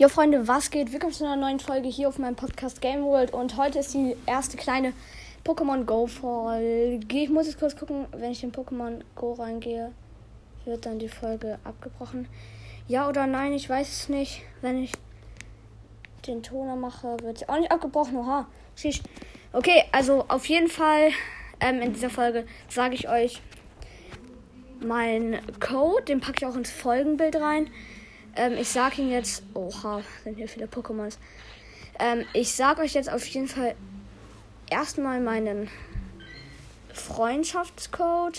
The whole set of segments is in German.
Jo Freunde, was geht? Willkommen zu einer neuen Folge hier auf meinem Podcast Game World und heute ist die erste kleine Pokémon Go Folge. Ich muss jetzt kurz gucken, wenn ich in Pokémon Go reingehe, wird dann die Folge abgebrochen. Ja oder nein, ich weiß es nicht. Wenn ich den Toner mache, wird sie auch nicht abgebrochen. Oha, schisch. Okay, also auf jeden Fall in dieser Folge sage ich euch meinen Code, den packe ich auch ins Folgenbild rein. Ich sag ihn jetzt... Oha, sind hier viele Pokémons. Ich sag euch jetzt auf jeden Fall erstmal meinen Freundschaftscode.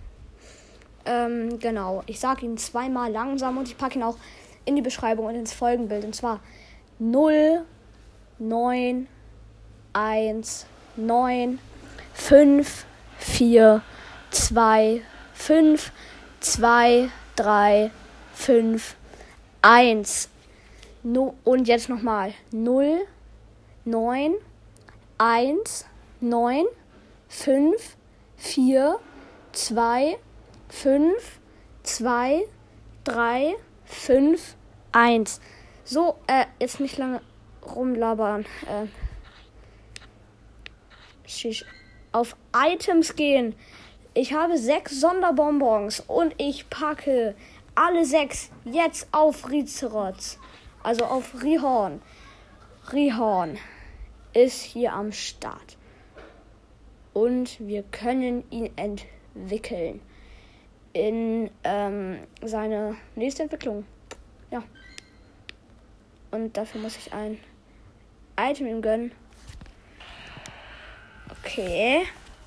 Genau. Ich sag ihn zweimal langsam und ich packe ihn auch in die Beschreibung und ins Folgenbild. Und zwar 0, 9, 1, 9, 5, 4, 2, 5, 2, 3, 5, 1. Und jetzt nochmal. 0, 9, 1, 9, 5, 4, 2, 5, 2, 3, 5, 1. So, jetzt nicht lange rumlabern. Auf Items gehen. Ich habe 6 Sonderbonbons und ich packe alle 6 jetzt auf Rizeroth. Also auf Rhyhorn. Rhyhorn ist hier am Start. Und wir können ihn entwickeln. In seine nächste Entwicklung. Ja. Und dafür muss ich ein Item ihm gönnen. Okay.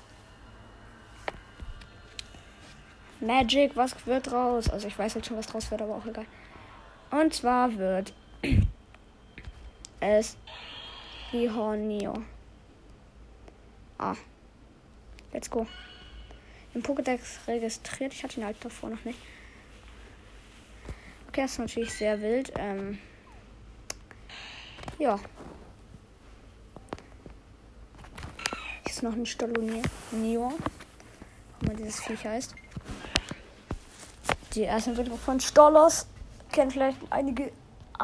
Magic, was wird raus? Also ich weiß jetzt schon, was draus wird, aber auch egal. Und zwar wird es Rhyhornio. Let's go. Im Pokédex registriert. Ich hatte ihn halt davor noch nicht. Okay, das ist natürlich sehr wild. Ja. Hier ist noch ein Stolonio. Wie man dieses Viech heißt. Die erste Entwicklung von Stolos kennen vielleicht einige,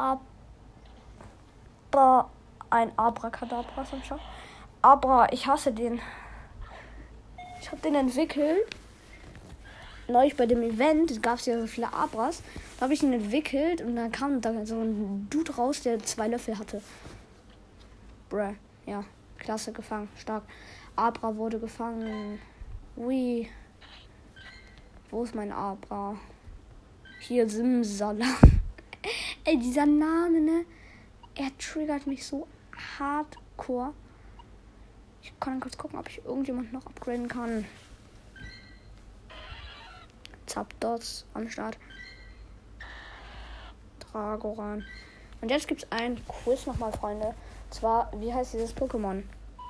aber ein Abracadabra schon. Aber ich hasse den. Ich habe den entwickelt. Neulich bei dem Event gab es ja so viele Abras. Da habe ich ihn entwickelt und dann kam da so ein Dude raus, der 2 Löffel hatte. Bruh. Ja, klasse, gefangen, stark. Abra wurde gefangen. Ui. Wo ist mein Abra? Hier Simsalam. Ey, dieser Name, ne? Er triggert mich so hardcore. Ich kann kurz gucken, ob ich irgendjemand noch upgraden kann. Zapdos am Start. Dragoran. Und jetzt gibt's ein Quiz nochmal, Freunde. Und zwar, wie heißt dieses Pokémon?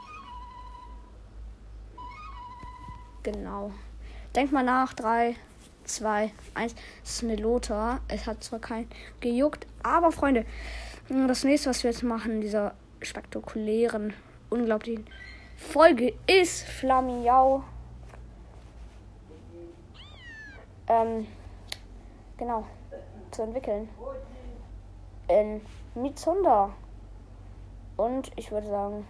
Genau. Denkt mal nach. 3, 2, 1. Das ist Melota. Es hat zwar kein gejuckt, aber Freunde, das nächste, was wir jetzt machen in dieser spektakulären, unglaublichen Folge ist Flamiau. Genau, zu entwickeln. In Mizunda. Und ich würde sagen,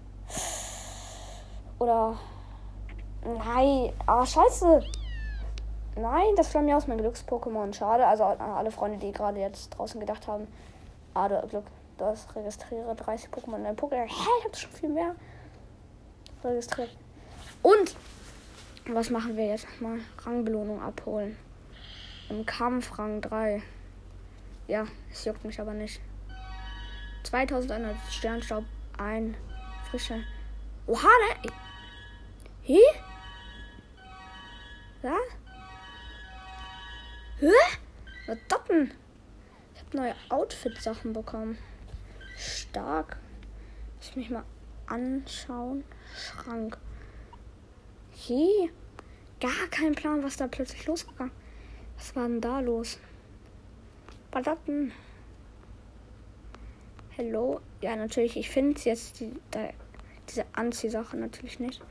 oder nein, scheiße. Nein, das Flamiau ist mein Glücks-Pokémon. Schade. Also an alle Freunde, die gerade jetzt draußen gedacht haben, Glück, das registriere 30 Pokémon in deinem Pokémon. Ich hab schon viel mehr registriert. Und was machen wir jetzt mal? Rangbelohnung abholen. Im Kampf Rang 3. Ja, es juckt mich aber nicht. 2100 Sternstaub, ein frischer. Oha, ne? Hä? Was? Hä? Was das denn? Ich habe neue Outfit-Sachen bekommen. Stark. Lass mich mal anschauen. Schrank. Hey. Gar kein Plan, was da plötzlich losgegangen. Was war denn da los? Was das denn? Hello? Ja, natürlich. Ich finde jetzt diese Anziehsache natürlich nicht.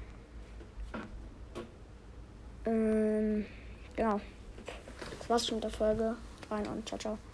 Genau. Das war's schon mit der Folge. Rein und ciao, ciao.